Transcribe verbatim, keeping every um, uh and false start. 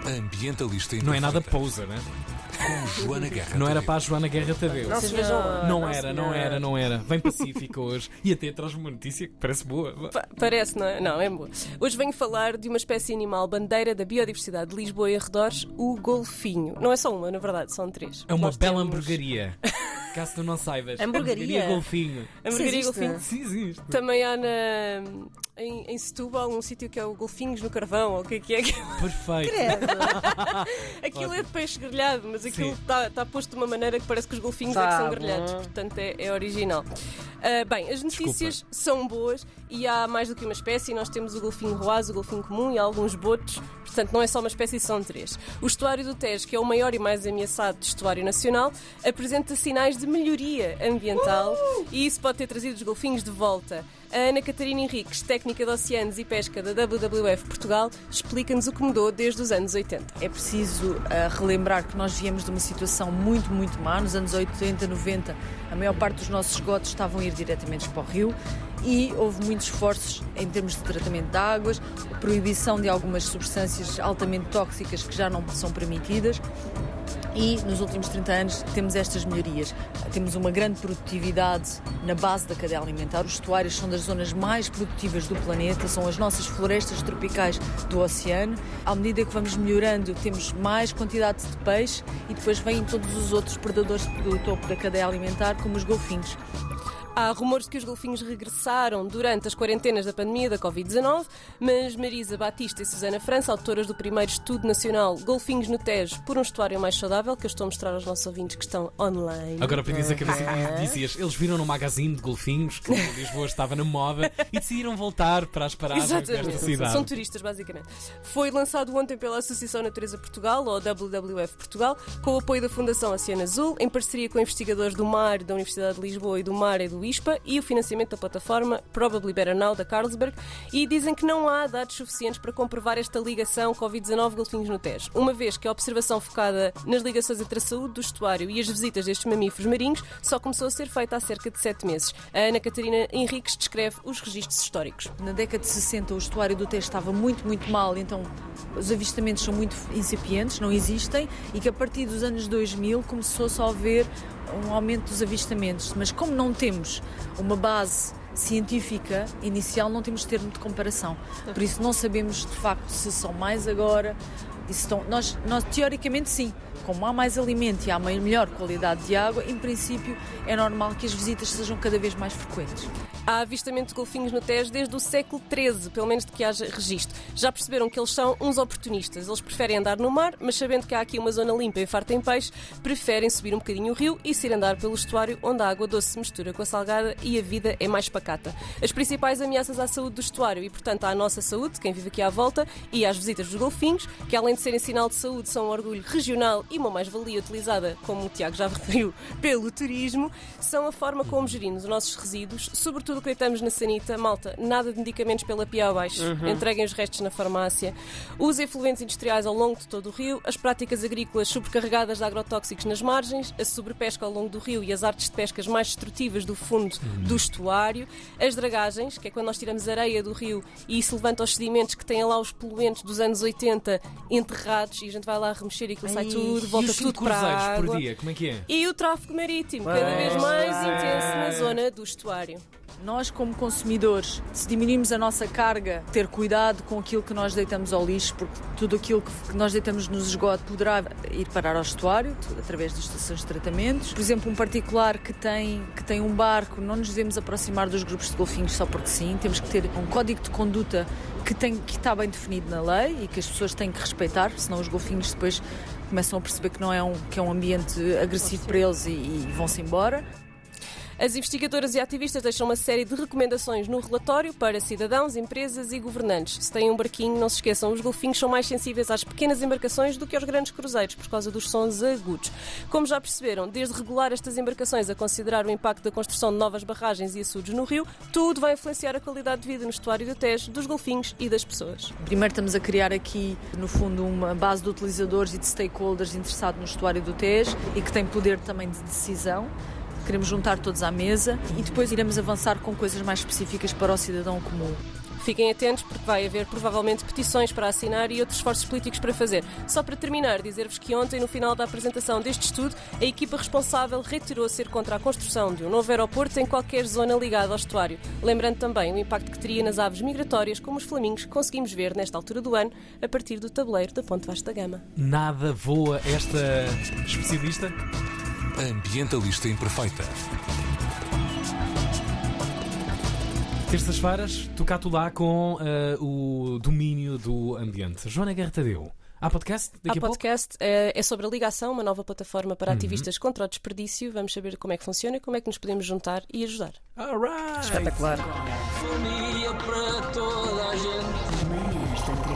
Ambientalista Não é nada poser, né? Com Joana Guerra Não era Tadeu. para a Joana Guerra Tadeu. Não, Vocês senhor. vejam- Não Não, era, não senhor. era, não era. Vem pacífica hoje. E até traz uma notícia que parece boa. Pa- Parece, não é? Não, é boa. Hoje venho falar de uma espécie animal bandeira da biodiversidade de Lisboa e arredores, o golfinho. Não é só uma, na verdade, são três. É uma Nós bela temos hamburgueria. Caso tu não saibas. Hamburgueria? Golfinho. Hamburgueria Isso existe? golfinho. Sim, existe. Também há na, em, em Setúbal um sítio que é o Golfinhos no Carvão, ou o que é que é? Perfeito. Aquilo é peixe grelhado, mas aquilo Sim. está tá posto de uma maneira que parece que os golfinhos Tá é que são bom. grelhados, portanto é, é original. Ah, bem, as notícias são boas e há mais do que uma espécie. Nós temos o golfinho roaz, o golfinho comum e alguns botos, portanto não é só uma espécie, são três. O estuário do Tejo, que é o maior e mais ameaçado estuário nacional, apresenta sinais de melhoria ambiental e isso pode ter trazido os golfinhos de volta. A Ana Catarina Henriques, técnica de oceanos e pesca da W W F Portugal, explica-nos o que mudou desde os anos oitenta. É preciso uh, relembrar que nós viemos de uma situação muito, muito má. Nos anos oitenta, noventa, a maior parte dos nossos esgotos estavam a ir diretamente para o rio e houve muitos esforços em termos de tratamento de águas, proibição de algumas substâncias altamente tóxicas que já não são permitidas. E nos últimos trinta anos temos estas melhorias. Temos uma grande produtividade na base da cadeia alimentar. Os estuários são das zonas mais produtivas do planeta, são as nossas florestas tropicais do oceano. À medida que vamos melhorando, temos mais quantidade de peixe e depois vêm todos os outros predadores do topo da cadeia alimentar, como os golfinhos. Há rumores de que os golfinhos regressaram durante as quarentenas da pandemia da covid dezanove, mas Marisa Batista e Susana França, autoras do primeiro estudo nacional Golfinhos no Tejo por um estuário mais saudável, que eu estou a mostrar aos nossos ouvintes que estão online. Agora para dizer a cabeça que dizias, eles viram no magazine de golfinhos que Lisboa estava na moda e decidiram voltar para as paragens desta Exatamente, cidade. são turistas basicamente. Foi lançado ontem pela Associação Natureza Portugal, ou W W F Portugal, com o apoio da Fundação Oceano Azul, em parceria com investigadores do mar, da Universidade de Lisboa e do Mar e do I S P A e o financiamento da plataforma Probably Better Now da Carlsberg, e dizem que não há dados suficientes para comprovar esta ligação covid dezanove golfinhos no Tejo, uma vez que a observação focada nas ligações entre a saúde do estuário e as visitas destes mamíferos marinhos só começou a ser feita há cerca de sete meses. A Ana Catarina Henriques descreve os registros históricos. Na década de sessenta o estuário do Tejo estava muito, muito mal, então os avistamentos são muito incipientes, não existem, e que a partir dos anos dois mil começou-se a haver um aumento dos avistamentos. Mas como não temos uma base científica inicial, não temos termo de comparação. Por isso não sabemos de facto se são mais agora. E se estão, nós, nós, teoricamente sim, como há mais alimento e há uma melhor qualidade de água, em princípio é normal que as visitas sejam cada vez mais frequentes. Há avistamento de golfinhos no Tejo desde o século treze, pelo menos de que haja registro. Já perceberam que eles são uns oportunistas. Eles preferem andar no mar, mas sabendo que há aqui uma zona limpa e farta em peixe, preferem subir um bocadinho o rio e se ir andar pelo estuário, onde a água doce se mistura com a salgada e a vida é mais pacata. As principais ameaças à saúde do estuário e, portanto, à nossa saúde, quem vive aqui à volta, e às visitas dos golfinhos, que além de serem sinal de saúde, são um orgulho regional e uma mais-valia utilizada, como o Tiago já referiu, pelo turismo, são a forma como gerimos os nossos resíduos, sobretudo o que deitamos na sanita. Malta, nada de medicamentos pela pia abaixo, Uhum. entreguem os restos na farmácia, os efluentes industriais ao longo de todo o rio, as práticas agrícolas sobrecarregadas de agrotóxicos nas margens, a sobrepesca ao longo do rio e as artes de pescas mais destrutivas do fundo do estuário, as dragagens, que é quando nós tiramos areia do rio e isso levanta os sedimentos que têm lá os poluentes dos anos oitenta enterrados e a gente vai lá remexer e aquilo sai Ai, tudo, E volta os cinco tudo para a cruzeiros água. por dia, como é que é? E o tráfego marítimo, cada vez mais intenso na zona do estuário. Nós, como consumidores, se diminuirmos a nossa carga, ter cuidado com aquilo que nós deitamos ao lixo, porque tudo aquilo que nós deitamos nos esgotos poderá ir parar ao estuário, através das estações de tratamentos. Por exemplo, um particular que tem, que tem um barco, não nos devemos aproximar dos grupos de golfinhos só porque sim. Temos que ter um código de conduta que, tem, que está bem definido na lei e que as pessoas têm que respeitar, senão os golfinhos depois começam a perceber que não é um, que é um ambiente agressivo para eles e, e vão-se embora. As investigadoras e ativistas deixam uma série de recomendações no relatório para cidadãos, empresas e governantes. Se têm um barquinho, não se esqueçam, os golfinhos são mais sensíveis às pequenas embarcações do que aos grandes cruzeiros, por causa dos sons agudos. Como já perceberam, desde regular estas embarcações a considerar o impacto da construção de novas barragens e açudes no rio, tudo vai influenciar a qualidade de vida no estuário do Tejo, dos golfinhos e das pessoas. Primeiro estamos a criar aqui, no fundo, uma base de utilizadores e de stakeholders interessados no estuário do Tejo e que têm poder também de decisão. Queremos juntar todos à mesa e depois iremos avançar com coisas mais específicas para o cidadão comum. Fiquem atentos porque vai haver provavelmente petições para assinar e outros esforços políticos para fazer. Só para terminar, dizer-vos que ontem, no final da apresentação deste estudo, a equipa responsável reiterou ser contra a construção de um novo aeroporto em qualquer zona ligada ao estuário. Lembrando também o impacto que teria nas aves migratórias, como os flamingos, que conseguimos ver nesta altura do ano, a partir do tabuleiro da Ponte Vasco da Gama. Nada voa esta especialista? Ambientalista imperfeita. Terças-feiras, tu cá tu lá com uh, o domínio do ambiente. Joana Guerra Tadeu, há podcast daqui Há a podcast, é, é sobre a ligação, uma nova plataforma para Uhum. ativistas contra o desperdício. Vamos saber como é que funciona e como é que nos podemos juntar e ajudar. pouco? All right. Espetacular. Para toda a gente.